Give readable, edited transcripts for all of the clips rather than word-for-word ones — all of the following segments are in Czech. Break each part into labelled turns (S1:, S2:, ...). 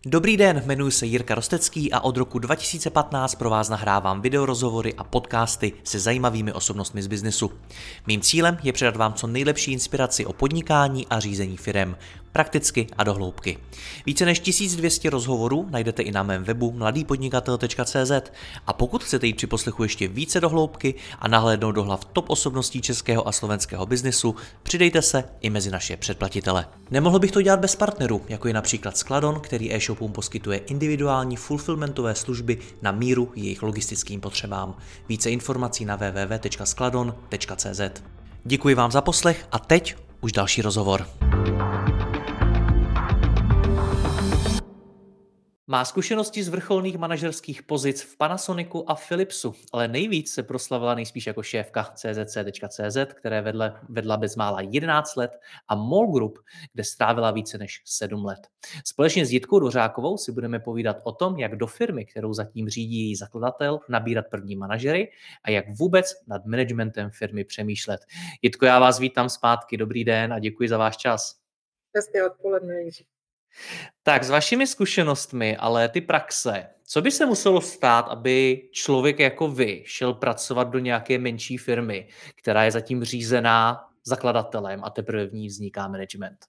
S1: Dobrý den, jmenuji se Jirka Rostecký a od roku 2015 pro vás nahrávám videorozhovory a podcasty se zajímavými osobnostmi z biznesu. Mým cílem je předat vám co nejlepší inspiraci o podnikání a řízení firem, prakticky a do hloubky. Více než 1200 rozhovorů najdete i na mém webu mladýpodnikatel.cz a pokud chcete jít při poslechu ještě více do hloubky a nahlédnout do hlav top osobností českého a slovenského biznesu, přidejte se i mezi naše předplatitele. Nemohl bych to dělat bez partnerů, jako je například Skladon, který e-shopům poskytuje individuální fulfillmentové služby na míru jejich logistickým potřebám. Více informací na www.skladon.cz. Děkuji vám za poslech a teď už další rozhovor. Má zkušenosti z vrcholných manažerských pozic v Panasonicu a Philipsu, ale nejvíc se proslavila nejspíš jako šéfka czc.cz, které vedla bezmála 11 let, a MOL Group, kde strávila více než 7 let. Společně s Jitkou Dvořákovou si budeme povídat o tom, jak do firmy, kterou zatím řídí její zakladatel, nabírat první manažery a jak vůbec nad managementem firmy přemýšlet. Jitko, já vás vítám zpátky, dobrý den a děkuji za váš čas.
S2: Hezké odpoledne, Jiří.
S1: Tak s vašimi zkušenostmi, ale ty praxe, co by se muselo stát, aby člověk jako vy šel pracovat do nějaké menší firmy, která je zatím řízená zakladatelem a teprve v ní vzniká management?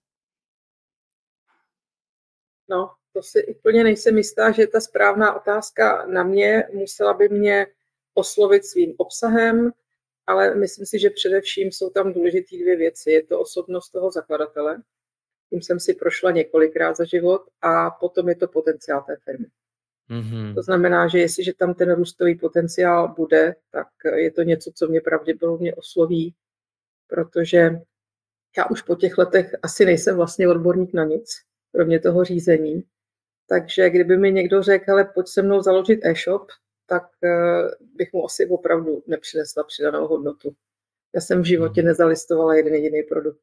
S2: No, to si úplně nejsem jistá, že je ta správná otázka na mě. Musela by mě oslovit svým obsahem, ale myslím si, že především jsou tam důležité dvě věci. Je to osobnost toho zakladatele, tím jsem si prošla několikrát za život, a potom je to potenciál té firmy. Mm-hmm. To znamená, že jestliže tam ten růstový potenciál bude, tak je to něco, co mě pravděpodobně osloví, protože já už po těch letech asi nejsem vlastně odborník na nic, kromě toho řízení. Takže kdyby mi někdo řekl, ale pojď se mnou založit e-shop, tak bych mu asi opravdu nepřinesla přidanou hodnotu. Já jsem v životě nezalistovala jeden jediný produkt.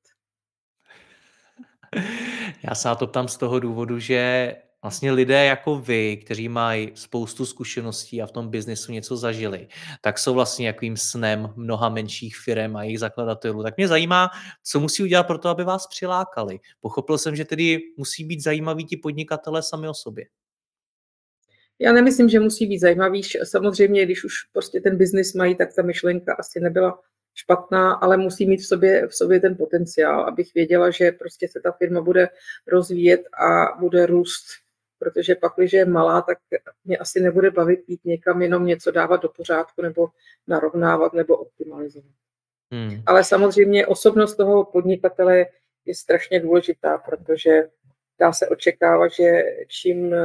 S1: Já se na to ptám z toho důvodu, že vlastně lidé jako vy, kteří mají spoustu zkušeností a v tom biznesu něco zažili, tak jsou vlastně jakým snem mnoha menších firem a jejich zakladatelů. Tak mě zajímá, co musí udělat pro to, aby vás přilákali. Pochopil jsem, že tedy musí být zajímaví ti podnikatelé sami o sobě.
S2: Já nemyslím, že musí být zajímavý. Samozřejmě, když už prostě ten biznis mají, tak ta myšlenka asi nebyla špatná, ale musí mít v sobě ten potenciál, abych věděla, že prostě se ta firma bude rozvíjet a bude růst. Protože pak, když je malá, tak mě asi nebude bavit jít někam jenom něco dávat do pořádku nebo narovnávat nebo optimalizovat. Ale samozřejmě osobnost toho podnikatele je strašně důležitá, protože dá se očekávat, že čím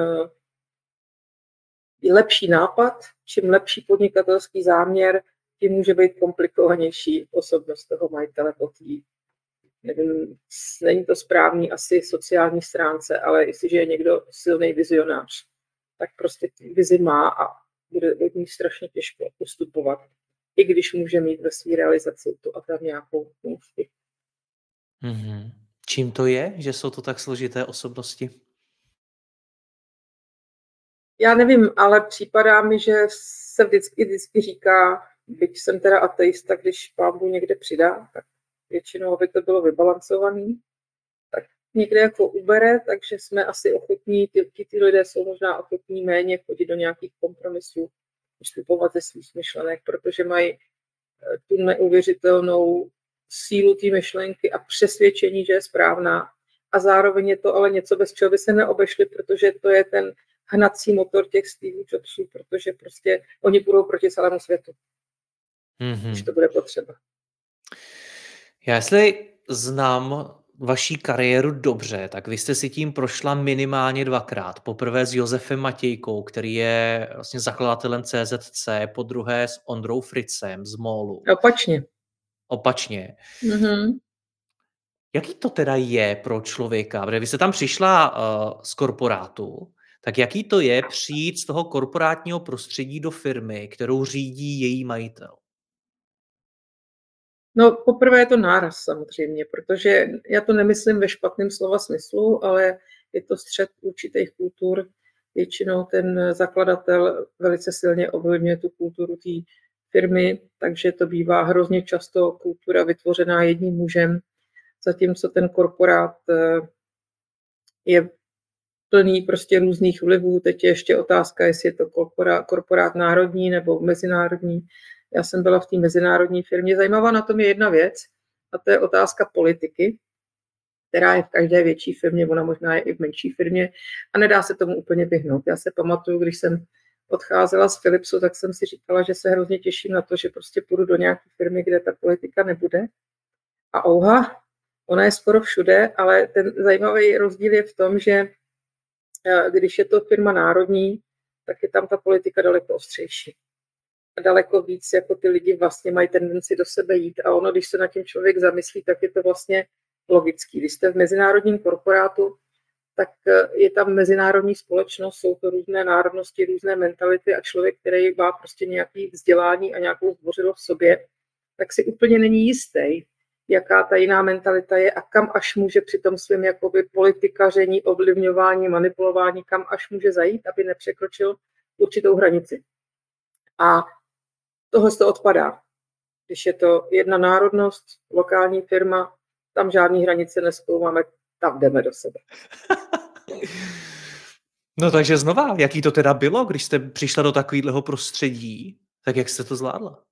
S2: lepší nápad, čím lepší podnikatelský záměr, tím může být komplikovanější osobnost toho majitele po té, nevím, není to správný asi sociální stránce, ale jestliže je někdo silný vizionář, tak prostě vizi má a bude od ní strašně těžko postupovat, i když může mít ve své realizaci tu a tam nějakou úspěch.
S1: Mm-hmm. Čím to je, že jsou to tak složité osobnosti?
S2: Já nevím, ale připadá mi, že se vždycky říká, byť jsem teda ateista, když Pán Bůh někde přidá, tak většinou, aby to bylo vybalancovaný, tak někde jako ubere, takže jsme asi ochotní, ty lidé jsou možná ochotní méně chodit do nějakých kompromisů, vystupovat ze svých myšlenek, protože mají tu neuvěřitelnou sílu té myšlenky a přesvědčení, že je správná. A zároveň je to ale něco, bez čeho by se neobešli, protože to je ten hnací motor těch Steve Jobsů, protože prostě oni budou proti celému světu, když to bude potřeba.
S1: Já jestli znám vaší kariéru dobře, tak vy jste si tím prošla minimálně 2krát. Poprvé s Josefem Matějkou, který je vlastně zakladatelem CZC, podruhé s Ondrou Fritzem z MOLu. Opačně. Mm-hmm. Jaký to teda je pro člověka? Protože vy jste tam přišla z korporátu, tak jaký to je přijít z toho korporátního prostředí do firmy, kterou řídí její majitel?
S2: No, poprvé je to náraz samozřejmě, protože já to nemyslím ve špatném slova smyslu, ale je to střet určitých kultur. Většinou ten zakladatel velice silně ovlivňuje tu kulturu té firmy, takže to bývá hrozně často kultura vytvořená jedním mužem, zatímco ten korporát je plný prostě různých vlivů. Teď je ještě otázka, jestli je to korporát národní nebo mezinárodní. Já jsem byla v té mezinárodní firmě. Zajímavá na tom je jedna věc, a to je otázka politiky, která je v každé větší firmě, ona možná je i v menší firmě a nedá se tomu úplně vyhnout. Já se pamatuju, když jsem odcházela z Philipsu, tak jsem si říkala, že se hrozně těším na to, že prostě půjdu do nějaké firmy, kde ta politika nebude. A ona je skoro všude, ale ten zajímavý rozdíl je v tom, že když je to firma národní, tak je tam ta politika daleko ostřejší. A daleko víc, jako ty lidi vlastně mají tendenci do sebe jít. A ono, když se na tím člověk zamyslí, tak je to vlastně logický. Když jste v mezinárodním korporátu, tak je tam mezinárodní společnost, jsou to různé národnosti, různé mentality a člověk, který má prostě nějaké vzdělání a nějakou zdvořilost v sobě, tak si úplně není jistý, jaká ta jiná mentalita je a kam až může při tom svém jakoby politikaření, ovlivňování, manipulování, kam až může zajít, aby nepřekročil určitou hranici. A tohle to odpadá. Když je to jedna národnost, lokální firma, tam žádný hranice nezkoumáme, tam jdeme do sebe.
S1: No takže znova, jaký to teda bylo, když jste přišla do takového prostředí, tak jak jste to zvládla?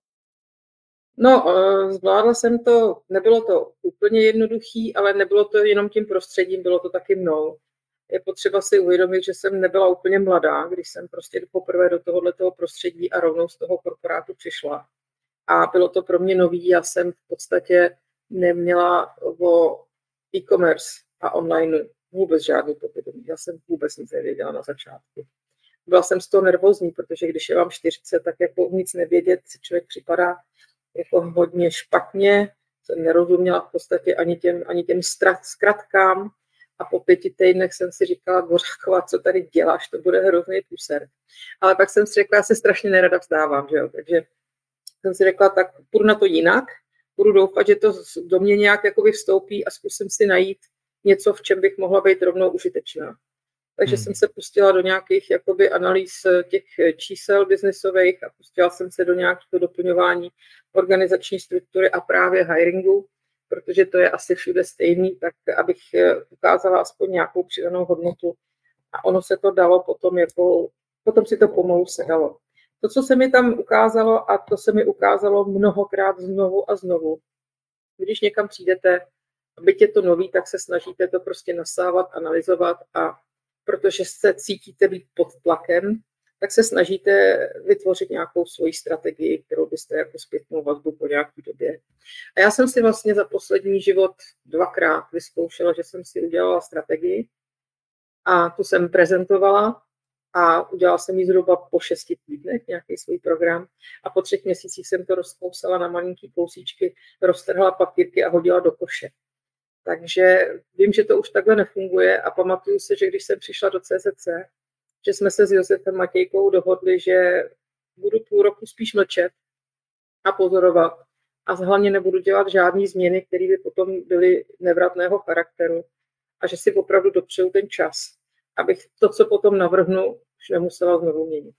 S2: No, zvládla jsem to, nebylo to úplně jednoduchý, ale nebylo to jenom tím prostředím, bylo to taky mnou. Je potřeba si uvědomit, že jsem nebyla úplně mladá, když jsem prostě poprvé do tohoto prostředí a rovnou z toho korporátu přišla. A bylo to pro mě nový, já jsem v podstatě neměla o e-commerce a online vůbec žádný povědomí. Já jsem vůbec nic nevěděla na začátku. Byla jsem z toho nervózní, protože když je vám 40, tak jako nic nevědět, si člověk připadá jako hodně špatně. Jsem nerozuměla v podstatě ani těm zkratkám. A po 5 týdnech jsem si říkala, Dvořáková, co tady děláš, to bude hrozný průser. Ale pak jsem si řekla, já se strašně nerada vzdávám, že jo? Takže jsem si řekla, tak půjdu na to jinak, budu doufat, že to do mě nějak jakoby vstoupí a zkusím si najít něco, v čem bych mohla být rovnou užitečná. Takže jsem se pustila do nějakých jakoby analýz těch čísel biznesových a pustila jsem se do nějakého doplňování organizační struktury a právě hiringu, protože to je asi všude stejný, tak abych ukázala aspoň nějakou přidanou hodnotu. A ono se to dalo potom si to pomalu sedalo. To, co se mi tam ukázalo, a to se mi ukázalo mnohokrát znovu a znovu, když někam přijdete, byť je to nový, tak se snažíte to prostě nasávat, analyzovat a protože se cítíte být pod tlakem, tak se snažíte vytvořit nějakou svoji strategii, kterou byste jako zpětnou vazbu po nějaké době. A já jsem si vlastně za poslední život 2krát vyzkoušela, že jsem si udělala strategii a tu jsem prezentovala a udělala jsem ji zhruba po 6 týdnech, nějaký svůj program a po 3 měsících jsem to rozkousala na malinký kousíčky, roztrhla papírky a hodila do koše. Takže vím, že to už takhle nefunguje a pamatuju si, že když jsem přišla do CZC, že jsme se s Josefem Matějkou dohodli, že budu půl roku spíš mlčet a pozorovat a hlavně nebudu dělat žádné změny, které by potom byly nevratného charakteru a že si opravdu dopřeju ten čas, abych to, co potom navrhnu, už nemusela znovu měnit.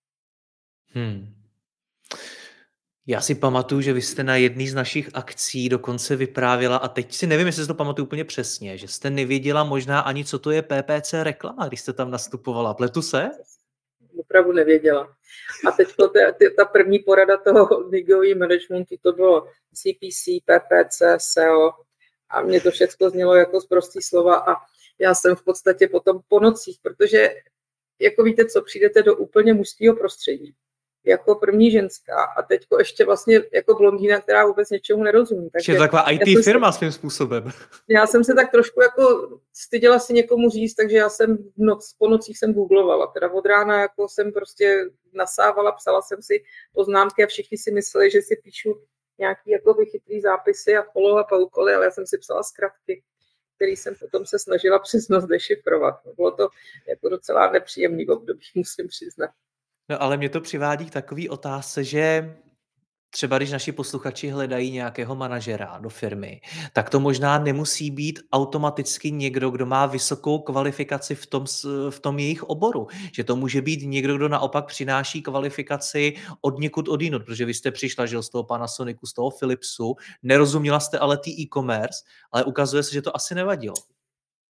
S1: Já si pamatuju, že vy jste na jedné z našich akcí dokonce vyprávěla, a teď si nevím, jestli si to pamatuju úplně přesně, že jste nevěděla možná ani, co to je PPC reklama, když jste tam nastupovala. Pletu se?
S2: Opravdu nevěděla. A teď ta první porada toho výgojový managementu, to bylo CPC, PPC, SEO a mě to všechno znělo jako zprostý slova a já jsem v podstatě potom po nocích, protože jako víte co, přijdete do úplně mužského prostředí jako první ženská a teďko ještě vlastně jako blondýna, která vůbec něčemu nerozumí.
S1: Takže je to taková IT firma svým způsobem.
S2: Já jsem se tak trošku jako styděla si někomu říct, takže já jsem po nocích jsem googlovala. Teda od rána jako jsem prostě nasávala, psala jsem si poznámky a všichni si mysleli, že si píšu nějaký jako chytrý zápisy a follow-up a úkoly, ale já jsem si psala zkratky, který jsem potom se snažila přes noc dešifrovat. Bylo to jako docela nepříjemný období, musím přiznat.
S1: No ale mě to přivádí k takový otázce, že třeba když naši posluchači hledají nějakého manažera do firmy, tak to možná nemusí být automaticky někdo, kdo má vysokou kvalifikaci v tom jejich oboru. Že to může být někdo, kdo naopak přináší kvalifikaci od někud odjinud, protože vy jste přišla, že z toho Panasonicu, z toho Philipsu, nerozuměla jste ale ty e-commerce, ale ukazuje se, že to asi nevadilo.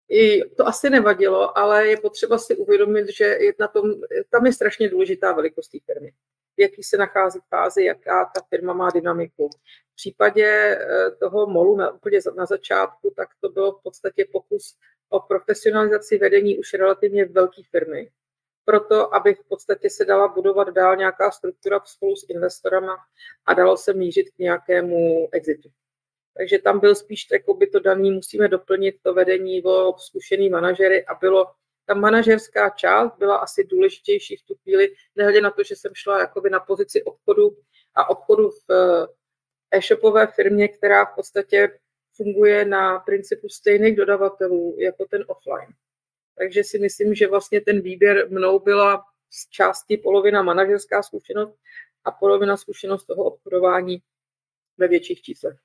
S2: I to asi nevadilo, ale je potřeba si uvědomit, že tam je strašně důležitá velikost té firmy. V jaký se nachází fázi, jaká ta firma má dynamiku. V případě toho MOLu úplně na začátku, tak to bylo v podstatě pokus o profesionalizaci vedení už relativně velké firmy. Proto, aby v podstatě se dala budovat dál nějaká struktura spolu s investorama a dalo se mířit k nějakému exitu. Takže tam byl spíš by to daný, musíme doplnit to vedení o zkušený manažery a ta manažerská část byla asi důležitější v tu chvíli, nehledě na to, že jsem šla jakoby na pozici obchodu v e-shopové firmě, která v podstatě funguje na principu stejných dodavatelů jako ten offline. Takže si myslím, že vlastně ten výběr mnou byla z části polovina manažerská zkušenost a polovina zkušenost toho obchodování ve větších číslech.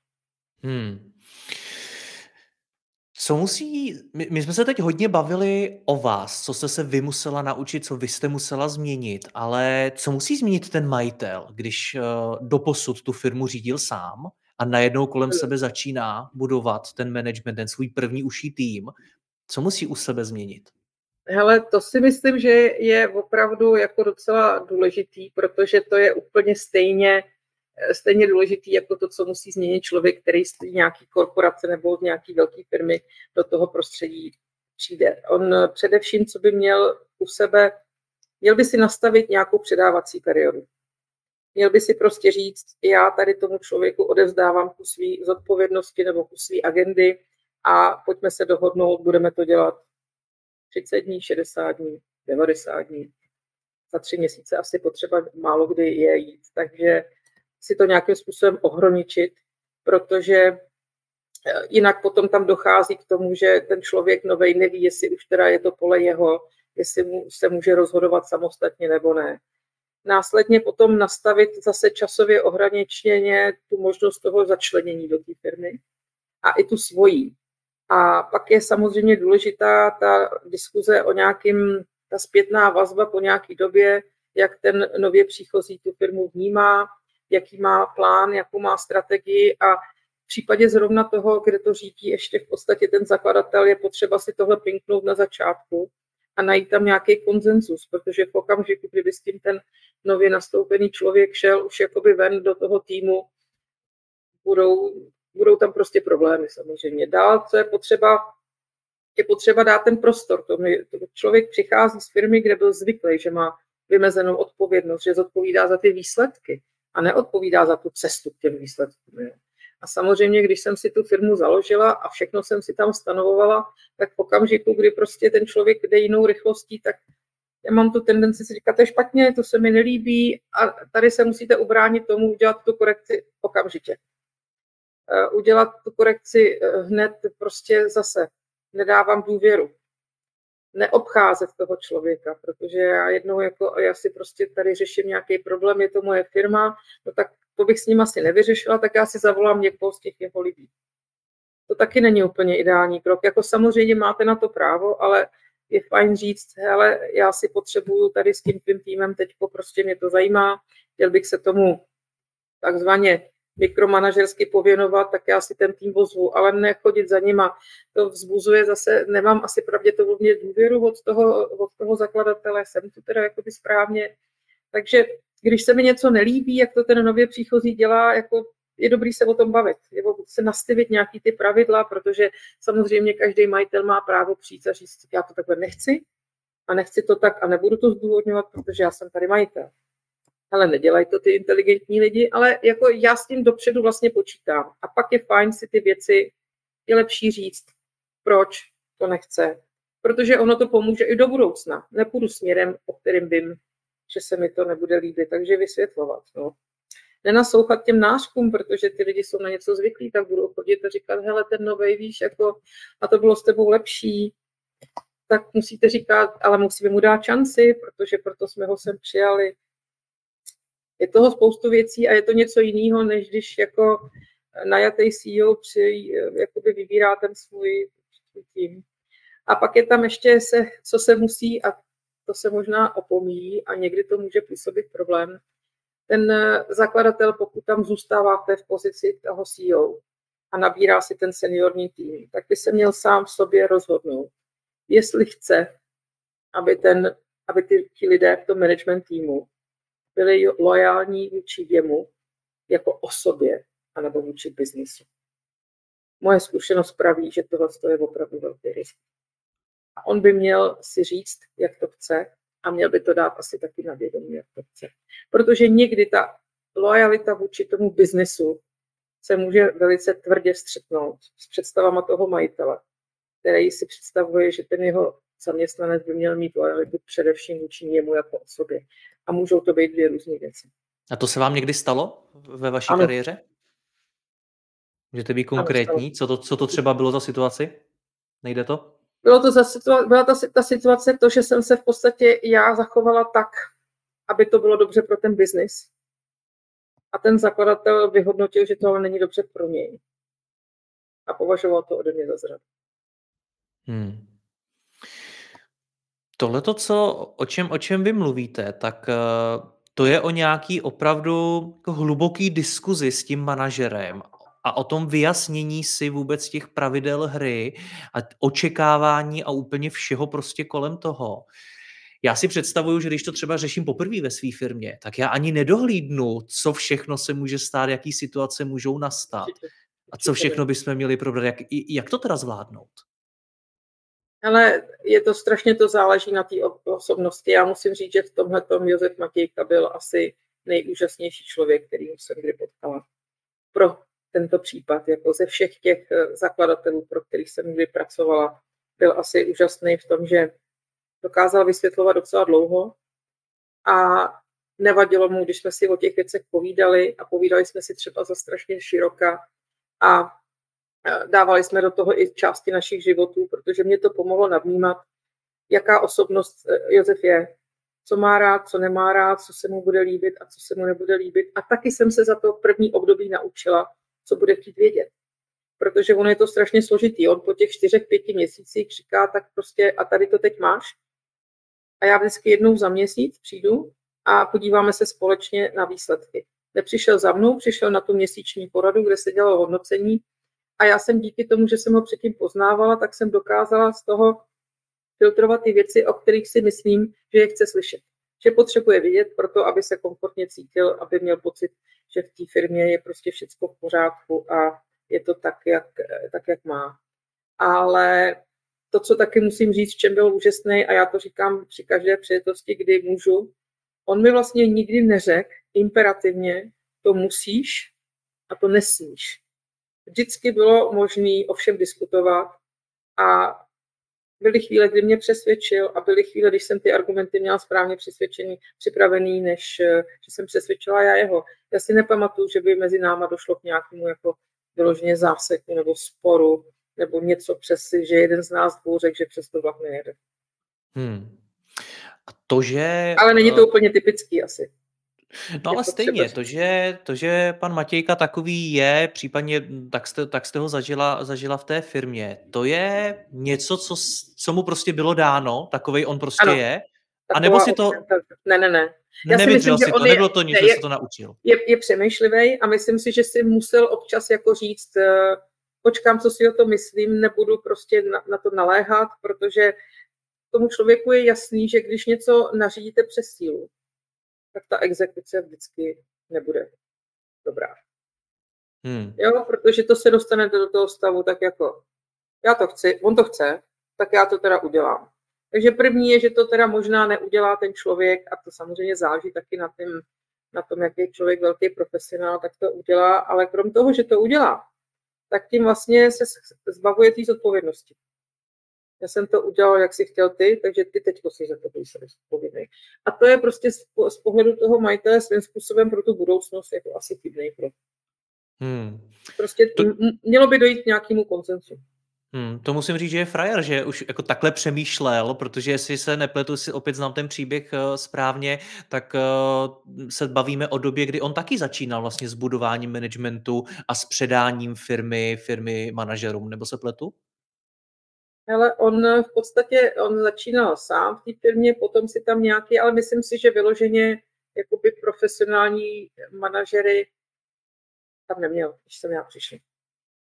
S1: My jsme se teď hodně bavili o vás, co jste se vy musela naučit, co vy jste musela změnit, ale co musí změnit ten majitel, když doposud tu firmu řídil sám a najednou kolem sebe začíná budovat ten management, ten svůj první uší tým, co musí u sebe změnit?
S2: Hele, to si myslím, že je opravdu jako docela důležitý, protože to je úplně stejně důležitý jako to, co musí změnit člověk, který z nějaký korporace nebo z nějaký velké firmy do toho prostředí přijde. On především, co by měl u sebe, měl by si nastavit nějakou předávací periodu. Měl by si prostě říct, já tady tomu člověku odevzdávám kus svý zodpovědnosti nebo kus svý agendy a pojďme se dohodnout, budeme to dělat 30 dní, 60 dní, 90 dní. Za 3 měsíce asi potřeba málo kdy je jít. Takže si to nějakým způsobem ohraničit, protože jinak potom tam dochází k tomu, že ten člověk novej neví, jestli už teda je to pole jeho, jestli se může rozhodovat samostatně nebo ne. Následně potom nastavit zase časově ohraničeně tu možnost toho začlenění do té firmy a i tu svojí. A pak je samozřejmě důležitá ta diskuze o ta zpětná vazba po nějaké době, jak ten nově příchozí tu firmu vnímá, jaký má plán, jakou má strategii a v případě zrovna toho, kde to řídí ještě v podstatě ten zakladatel, je potřeba si tohle pinknout na začátku a najít tam nějaký konsenzus, protože v okamžiku, kdyby s tím ten nově nastoupený člověk šel už jakoby ven do toho týmu, budou tam prostě problémy samozřejmě. Dál, co je potřeba dát ten prostor. Člověk přichází z firmy, kde byl zvyklý, že má vymezenou odpovědnost, že zodpovídá za ty výsledky a neodpovídá za tu cestu k těm výsledkům. A samozřejmě, když jsem si tu firmu založila a všechno jsem si tam stanovovala, tak v okamžiku, kdy prostě ten člověk jde jinou rychlostí, tak já mám tu tendenci si říkat, to je špatně, to se mi nelíbí a tady se musíte ubránit tomu, udělat tu korekci okamžitě. Udělat tu korekci hned prostě zase. Nedávám důvěru. Neobcházet toho člověka, protože já si prostě tady řeším nějaký problém, je to moje firma, no tak to bych s ním asi nevyřešila, tak já si zavolám někoho z těch jeho lidí. To taky není úplně ideální krok. Jako samozřejmě máte na to právo, ale je fajn říct, hele, já si potřebuju tady s tím tvým týmem teďko, prostě mě to zajímá, chtěl bych se tomu takzvaně mikromanažersky pověnovat, tak já si ten tým pozvu, ale nechodit za nima. To vzbuzuje zase, nemám asi pravděpodobně důvěru od toho zakladatele, jsem tu teda jakoby správně. Takže když se mi něco nelíbí, jak to ten nově příchozí dělá, jako je dobrý se o tom bavit, je se nastavit nějaký ty pravidla, protože samozřejmě každý majitel má právo přijít a říct, já to takhle nechci a nechci to tak a nebudu to zdůvodňovat, protože já jsem tady majitel. Ale nedělají to ty inteligentní lidi, ale jako já s tím dopředu vlastně počítám. A pak je fajn si ty věci, je lepší říct, proč to nechce. Protože ono to pomůže i do budoucna. Nepůjdu směrem, o kterým vím, že se mi to nebude líbit, takže vysvětlovat. No. Nenaslouchat těm nářkům, protože ty lidi jsou na něco zvyklí, tak budou chodit a říkat, hele, ten novej, víš, jako, a to bylo s tebou lepší. Tak musíte říkat, ale musíme mu dát šanci, protože proto jsme ho sem přijali. Je toho spoustu věcí a je to něco jiného, než když jako najatý CEO jakoby vybírá ten svůj tým. A pak je tam ještě co se musí, a to se možná opomíjí a někdy to může působit problém. Ten zakladatel, pokud tam zůstává v pozici toho CEO a nabírá si ten seniorní tým, tak by se měl sám v sobě rozhodnout, jestli chce, aby ti lidé v tom management týmu byli loajální vůči jemu jako osobě, anebo vůči biznisu. Moje zkušenost praví, že tohle je opravdu velký risk. A on by měl si říct, jak to chce, a měl by to dát asi taky na vědomí, jak to chce. Protože někdy ta loajalita vůči tomu biznesu se může velice tvrdě střetnout s představama toho majitele, který si představuje, že ten jeho zaměstnanec by měl mít lojalitu především vůči němu jako osobě. A můžou to být dvě různé věci.
S1: A to se vám někdy stalo ve vaší
S2: Ano.
S1: kariéře? Můžete být konkrétní? Co to třeba bylo za situaci? Nejde to?
S2: Byla ta situace to, že jsem se v podstatě já zachovala tak, aby to bylo dobře pro ten biznis. A ten zakladatel vyhodnotil, že to není dobře pro něj. A považoval to ode mě za zradu.
S1: Tohleto, o čem vy mluvíte, tak to je o nějaký opravdu hluboký diskuzi s tím manažerem a o tom vyjasnění si vůbec těch pravidel hry a očekávání a úplně všeho prostě kolem toho. Já si představuju, že když to třeba řeším poprvé ve své firmě, tak já ani nedohlídnu, co všechno se může stát, jaký situace můžou nastat a co všechno bychom měli probrat. Jak to teda zvládnout?
S2: Ale strašně to záleží na té osobnosti. Já musím říct, že v tomhletom Josef Matějka byl asi nejúžasnější člověk, kterým jsem kdy potkala. Pro tento případ, jako ze všech těch zakladatelů, pro kterých jsem kdy pracovala, byl asi úžasný v tom, že dokázal vysvětlovat docela dlouho a nevadilo mu, když jsme si o těch věcech povídali a povídali jsme si třeba za strašně široka a dávali jsme do toho i části našich životů, protože mě to pomohlo navnímat, jaká osobnost Josef je, co má rád, co nemá rád, co se mu bude líbit a co se mu nebude líbit. A taky jsem se za to první období naučila, co bude chtít vědět. Protože ono je to strašně složitý. On po těch 4-5 měsících říká, tak prostě a tady to teď máš. A já vždycky jednou za měsíc přijdu a podíváme se společně na výsledky. Nepřišel za mnou, přišel na tu měsíční poradu, kde se dělalo hodnocení. A já jsem díky tomu, že jsem ho předtím poznávala, tak jsem dokázala z toho filtrovat ty věci, o kterých si myslím, že je chce slyšet. Že potřebuje vidět proto, aby se komfortně cítil, aby měl pocit, že v té firmě je prostě všechno v pořádku a je to tak, jak má. Ale to, co taky musím říct, v čem byl úžasný, a já to říkám při každé příležitosti, kdy můžu, on mi vlastně nikdy neřekl imperativně, to musíš a to nesmíš. Vždycky bylo možné o všem diskutovat a byly chvíle, kdy mě přesvědčil a byly chvíle, když jsem ty argumenty měla správně připravený, než že jsem přesvědčila já jeho. Já si nepamatuju, že by mezi náma došlo k nějakému jako vyloženě záseku nebo sporu nebo něco že jeden z nás dvou řekl, že přes to vlak nejede.
S1: A to, že...
S2: Ale není to úplně typický asi.
S1: No ale stejně, to, že pan Matějka takový je, případně tak jste ho zažila v té firmě, to je něco, co mu prostě bylo dáno, takovej on prostě ano, je? A nebo si to...
S2: Ne.
S1: Nevydřel si to, nebylo to nic, že se to naučil.
S2: Je přemýšlivý a myslím si, že si musel občas jako říct, počkám, co si o to myslím, nebudu prostě na to naléhat, protože tomu člověku je jasný, že když něco nařídíte přes sílu, tak ta exekuce vždycky nebude dobrá. Jo, protože to se dostane do toho stavu tak jako, já to chci, on to chce, tak já to teda udělám. Takže první je, že to teda možná neudělá ten člověk a to samozřejmě záleží taky na tom, jaký je člověk velký profesionál, tak to udělá, ale krom toho, že to udělá, tak tím vlastně se zbavuje té zodpovědnosti. Já jsem to udělal, jak jsi chtěl ty, takže ty teďko si za to jsi zodpovědný. A to je prostě z pohledu toho majitele svým způsobem pro tu budoucnost jako asi chybný krok. Prostě mělo by dojít k nějakému konsensu.
S1: To musím říct, že je frajer, že už jako takhle přemýšlel, protože jestli se nepletu, si opět znám ten příběh správně, tak se bavíme o době, kdy on taky začínal vlastně s budováním managementu a s předáním firmy manažerům, nebo se pletu?
S2: Ale on v podstatě, začínal sám v té firmě, potom si tam nějaký, ale myslím si, že vyloženě jakoby profesionální manažery tam neměl, když jsem já přišla.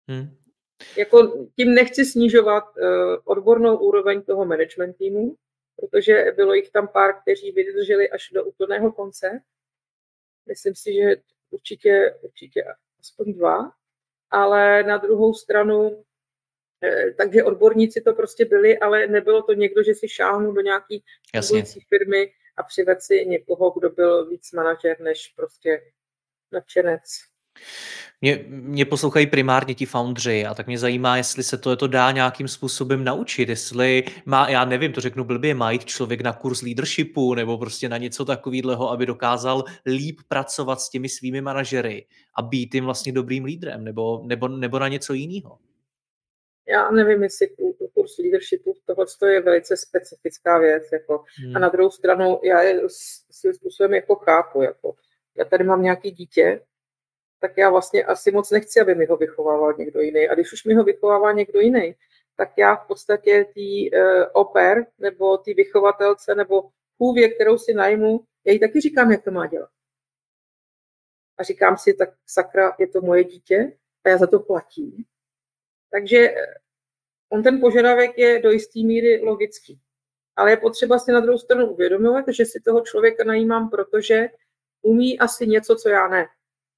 S1: Hmm.
S2: Jako tím nechci snižovat odbornou úroveň toho management týmu, protože bylo jich tam pár, kteří vydrželi až do úplného konce. Myslím si, že určitě aspoň dva, ale na druhou stranu, takže odborníci to prostě byli, ale nebylo to někdo, že si šáhnul do nějaký
S1: Jasně.
S2: fungující firmy a přived si někoho, kdo byl víc manažer než prostě nadšenec.
S1: Mě poslouchají primárně ti foundři a tak mě zajímá, jestli se to dá nějakým způsobem naučit, jestli má, já nevím, to řeknu blbě, má jít člověk na kurz leadershipu nebo prostě na něco takového, aby dokázal líp pracovat s těmi svými manažery a být jim vlastně dobrým lídrem nebo na něco jiného.
S2: Já nevím, jestli kurz leadershipu, tohle je velice specifická věc. Jako. A na druhou stranu, já je svým způsobem jako chápu. Jako. Já tady mám nějaký dítě, tak já vlastně asi moc nechci, aby mi ho vychovával někdo jiný. A když už mi ho vychovává někdo jiný, tak já v podstatě tý oper nebo tý vychovatelce nebo chůvě, kterou si najmu, já jí taky říkám, jak to má dělat. A říkám si, tak sakra, je to moje dítě a já za to platím. Takže on ten požadavek je do jisté míry logický. Ale je potřeba si na druhou stranu uvědomovat, že si toho člověka najímám, protože umí asi něco, co já ne.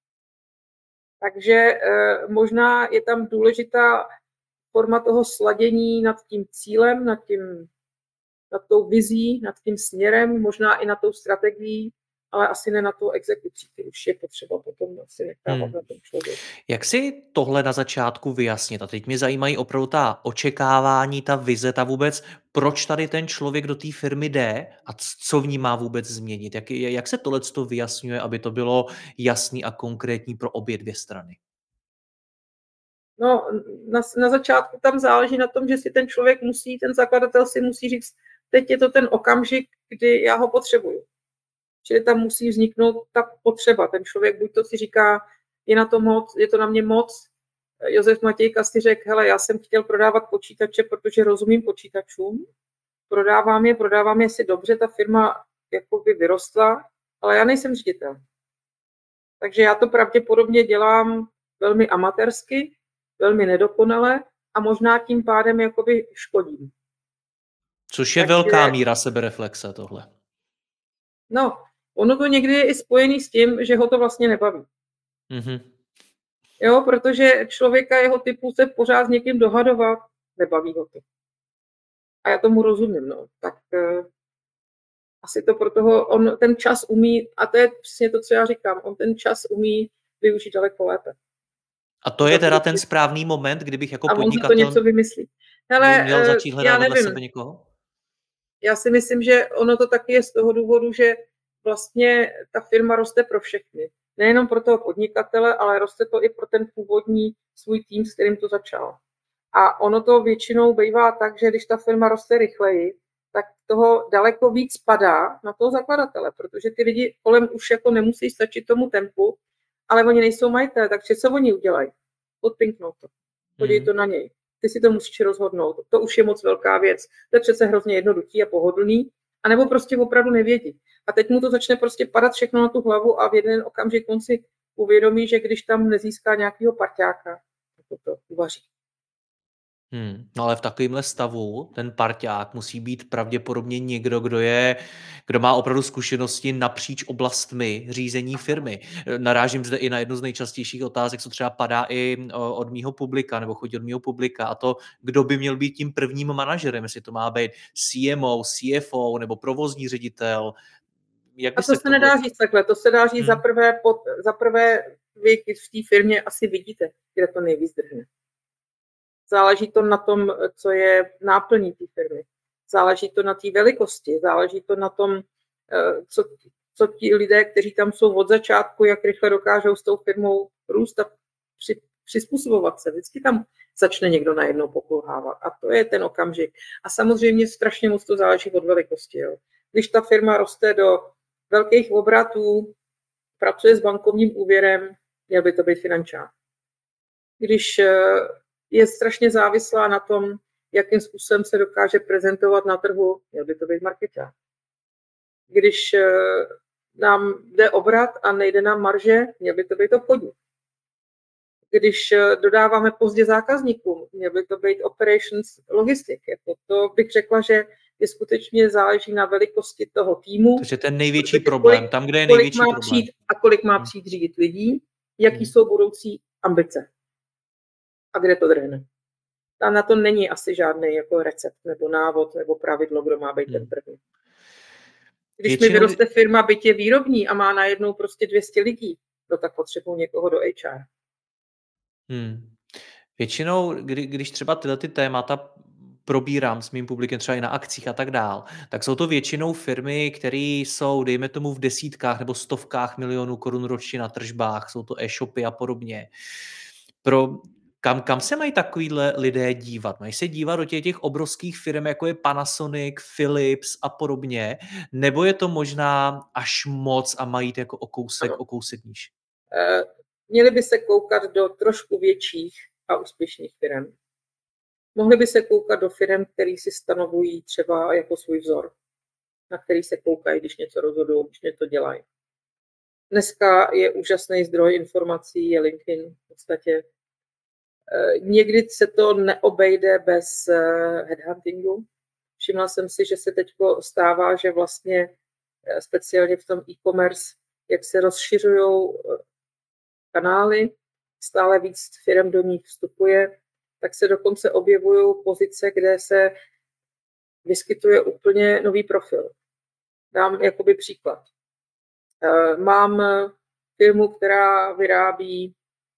S2: Takže možná je tam důležitá forma toho sladění nad tím cílem, nad tou vizí, nad tím směrem, možná i nad tou strategií, ale asi ne na tou exekucí, který už je potřeba potom asi nechávat na tom člověku.
S1: Jak si tohle na začátku vyjasnit? A teď mě zajímají opravdu ta očekávání, ta vize, ta vůbec, proč tady ten člověk do té firmy jde a co v ní má vůbec změnit? Jak se tohleto vyjasňuje, aby to bylo jasný a konkrétní pro obě dvě strany?
S2: No, na začátku tam záleží na tom, že si ten člověk ten zakladatel si musí říct, teď je to ten okamžik, kdy já ho potřebuju. Čili tam musí vzniknout ta potřeba. Ten člověk buď to si říká, je to na mě moc. Josef Matějka si řekl, hele, já jsem chtěl prodávat počítače, protože rozumím počítačům. Prodávám je si dobře, ta firma jakoby vyrostla, ale já nejsem ředitel. Takže já to pravděpodobně dělám velmi amatérsky, velmi nedokonale a možná tím pádem jakoby škodím.
S1: Což je velká míra sebereflexe tohle.
S2: No, ono to někdy je i spojený s tím, že ho to vlastně nebaví.
S1: Mm-hmm.
S2: Jo, protože člověka jeho typu se pořád s někým dohadovat, nebaví ho to. A já tomu rozumím, no. Tak asi to pro toho, on ten čas umí, a to je přesně to, co já říkám, on ten čas umí využít daleko lépe.
S1: A to je teda ten správný moment, kdybych jako podnikatel
S2: to něco vymyslí. Hele,
S1: měl začít hledat vedle sebe někoho?
S2: Já si myslím, že ono to taky je z toho důvodu, že vlastně ta firma roste pro všechny. Nejenom pro toho podnikatele, ale roste to i pro ten původní svůj tým, s kterým to začal. A ono to většinou bývá tak, že když ta firma roste rychleji, tak toho daleko víc padá na toho zakladatele, protože ty lidi kolem už jako nemusí stačit tomu tempu, ale oni nejsou majitelé, takže co oni udělají? Podpinknou to. Podívej to na něj. Ty si to musíš rozhodnout. To už je moc velká věc. To je přece hrozně jednoduchý a pohodlný. A nebo prostě opravdu nevědí. A teď mu to začne prostě padat všechno na tu hlavu a v jeden okamžik on si uvědomí, že když tam nezíská nějakého parťáka, tak to uvaří.
S1: No ale v takovémhle stavu ten parťák musí být pravděpodobně někdo, kdo má opravdu zkušenosti napříč oblastmi řízení firmy. Narážím zde i na jednu z nejčastějších otázek, co třeba padá i od mýho publika, nebo chodí od mýho publika, a to, kdo by měl být tím prvním manažerem, jestli to má být CMO, CFO nebo provozní ředitel.
S2: A to se nedá říct takhle, to se dá říct za prvé vy v té firmě asi vidíte, kde to nejvíc drhne. Záleží to na tom, co je náplní té firmy. Záleží to na té velikosti, záleží to na tom, co ti lidé, kteří tam jsou od začátku, jak rychle dokážou s tou firmou růst a přizpůsobovat se. Vždycky tam začne někdo najednou pokulhávat a to je ten okamžik. A samozřejmě strašně moc to záleží od velikosti. Jo. Když ta firma roste do velkých obratů, pracuje s bankovním úvěrem, měl by to být finančák. Když je strašně závislá na tom, jakým způsobem se dokáže prezentovat na trhu, měl by to být markeťák. Když nám jde obrat a nejde nám marže, měl by to být obchodník. když dodáváme pozdě zákazníkům, měl by to být operations logistic. Jako to bych řekla, že je skutečně záleží na velikosti toho týmu.
S1: Takže ten největší problém, tam, kde je největší problém.
S2: Kolik má přijít řídit lidí, jaký jsou budoucí ambice a kde to drhne. A na to není asi žádný jako recept nebo návod nebo pravidlo, kdo má být ten první. Když mi vyroste firma, byť je výrobní a má najednou prostě 200 lidí, no tak potřebuji někoho do HR.
S1: Většinou, když třeba tyhle ty témata probírám s mým publikem třeba i na akcích a tak dál, tak jsou to většinou firmy, které jsou, dejme tomu, v desítkách nebo stovkách milionů korun ročně na tržbách, jsou to e-shopy a podobně. Kam se mají takovýhle lidé dívat? Mají se dívat do těch obrovských firm, jako je Panasonic, Philips a podobně, nebo je to možná až moc a mají jako o kousek níž?
S2: Měli by se koukat do trošku větších a úspěšných firm. Mohli by se koukat do firm, které si stanovují třeba jako svůj vzor, na který se koukají, když něco rozhodují, když něco dělají. Dneska je úžasný zdroj informací, je LinkedIn v podstatě. Někdy se to neobejde bez headhuntingu. Všimla jsem si, že se teď stává, že vlastně speciálně v tom e-commerce, jak se rozšiřují kanály, stále víc firm do nich vstupuje, tak se dokonce objevují pozice, kde se vyskytuje úplně nový profil. Dám jakoby příklad. Mám firmu, která vyrábím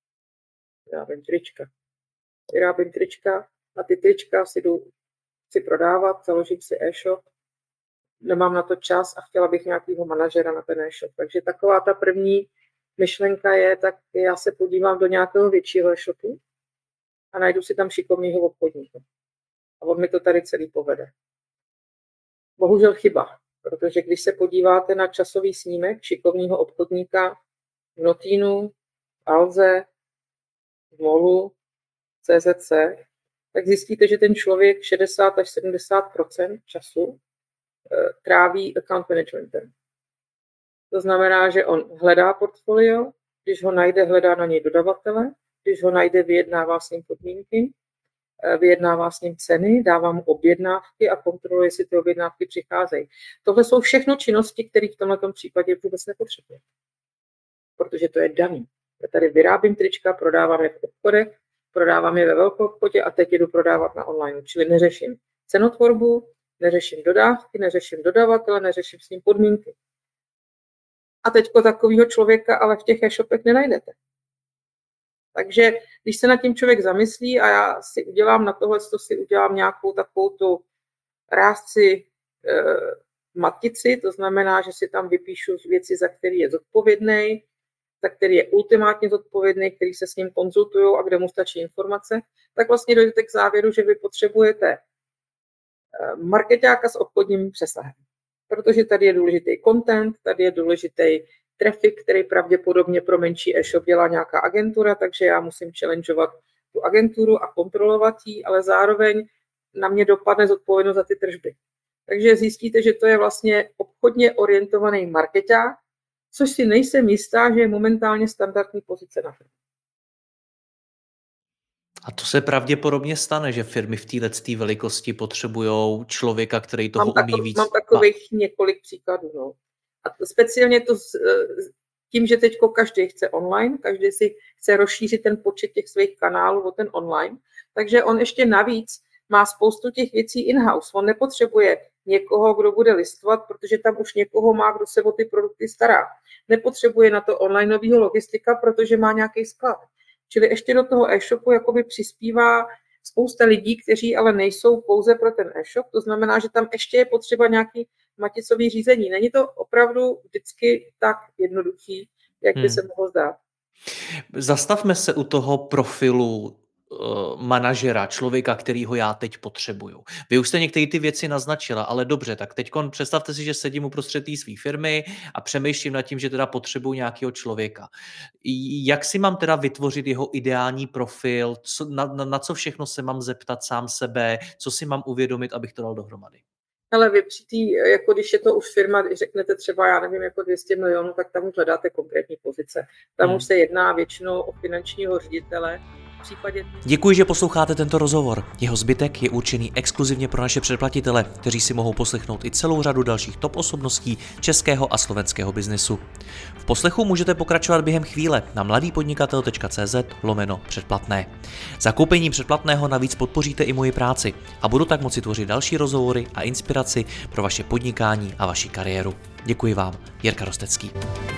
S2: trička a ty trička si prodávat, založím si e-shop, nemám na to čas a chtěla bych nějakého manažera na ten e-shop. Takže taková ta první myšlenka je, tak já se podívám do nějakého většího e-shopu a najdu si tam šikovného obchodníka. A on mi to tady celý povede. Bohužel chyba, protože když se podíváte na časový snímek šikovného obchodníka v Notínu, v Alze, v Molu, CZC, tak zjistíte, že ten člověk 60 až 70% času tráví account managementem. To znamená, že on hledá portfolio, když ho najde, hledá na něj dodavatele, když ho najde, vyjednává s ním podmínky, vyjednává s ním ceny, dává mu objednávky a kontroluje, jestli ty objednávky přicházejí. Tohle jsou všechno činnosti, které v tomto případě vůbec nepotřebuje. Protože to je daný. Já tady vyrábím trička, prodávám je v obchodech, prodávám je ve velkou obchodě a teď jdu prodávat na online. Čili neřeším cenotvorbu, neřeším dodávky, neřeším dodavatele, neřeším s ním podmínky. A teďko takového člověka ale v těch e-shopech nenajdete. Takže když se nad tím člověk zamyslí a já si udělám na tohle, si udělám nějakou takovou tu rázci matici, to znamená, že si tam vypíšu věci, za který je zodpovědný, za který je ultimátně zodpovědný, který se s ním konzultují a kde mu stačí informace, tak vlastně dojdete k závěru, že vy potřebujete markeťáka s obchodním přesahem. Protože tady je důležitý content, tady je důležitý traffic, který pravděpodobně pro menší e-shop dělá nějaká agentura, takže já musím challengeovat tu agenturu a kontrolovat ji, ale zároveň na mě dopadne zodpovědnost za ty tržby. Takže zjistíte, že to je vlastně obchodně orientovaný markeťák, což si nejsem jistá, že je momentálně standardní pozice na trhu.
S1: A to se pravděpodobně stane, že firmy v této velikosti potřebují člověka, který toho umí víc.
S2: Mám takových několik příkladů. No. A speciálně to tím, že teď každý chce online, každý si chce rozšířit ten počet těch svých kanálů o ten online, takže on ještě navíc má spoustu těch věcí in-house. On nepotřebuje někoho, kdo bude listovat, protože tam už někoho má, kdo se o ty produkty stará. Nepotřebuje na to onlineového logistika, protože má nějaký sklad. Čili ještě do toho e-shopu jakoby přispívá spousta lidí, kteří ale nejsou pouze pro ten e-shop. To znamená, že tam ještě je potřeba nějaký maticový řízení. Není to opravdu vždycky tak jednoduchý, jak by se mohlo zdát.
S1: Zastavme se u toho profilu manažera, člověka, kterýho já teď potřebuju. Vy už jste některé ty věci naznačila, ale dobře, tak teď představte si, že sedím uprostřed té své firmy a přemýšlím nad tím, že teda potřebuju nějakého člověka. Jak si mám teda vytvořit jeho ideální profil, na co všechno se mám zeptat sám sebe, co si mám uvědomit, abych to dal dohromady?
S2: Ale vy při tý, jako když je to už firma, když řeknete třeba, já nevím, jako 200 milionů, tak tam už hledáte konkrétní pozice. Tam už se jedná většinou o finančního ředitele. V případě...
S1: Děkuji, že posloucháte tento rozhovor. Jeho zbytek je určený exkluzivně pro naše předplatitele, kteří si mohou poslechnout i celou řadu dalších top osobností českého a slovenského biznesu. V poslechu můžete pokračovat během chvíle na mladýpodnikatel.cz/předplatné. Zakoupením předplatného navíc podpoříte i moji práci a budu tak moci tvořit další rozhovory a inspiraci pro vaše podnikání a vaši kariéru. Děkuji vám, Jirka Rostecký.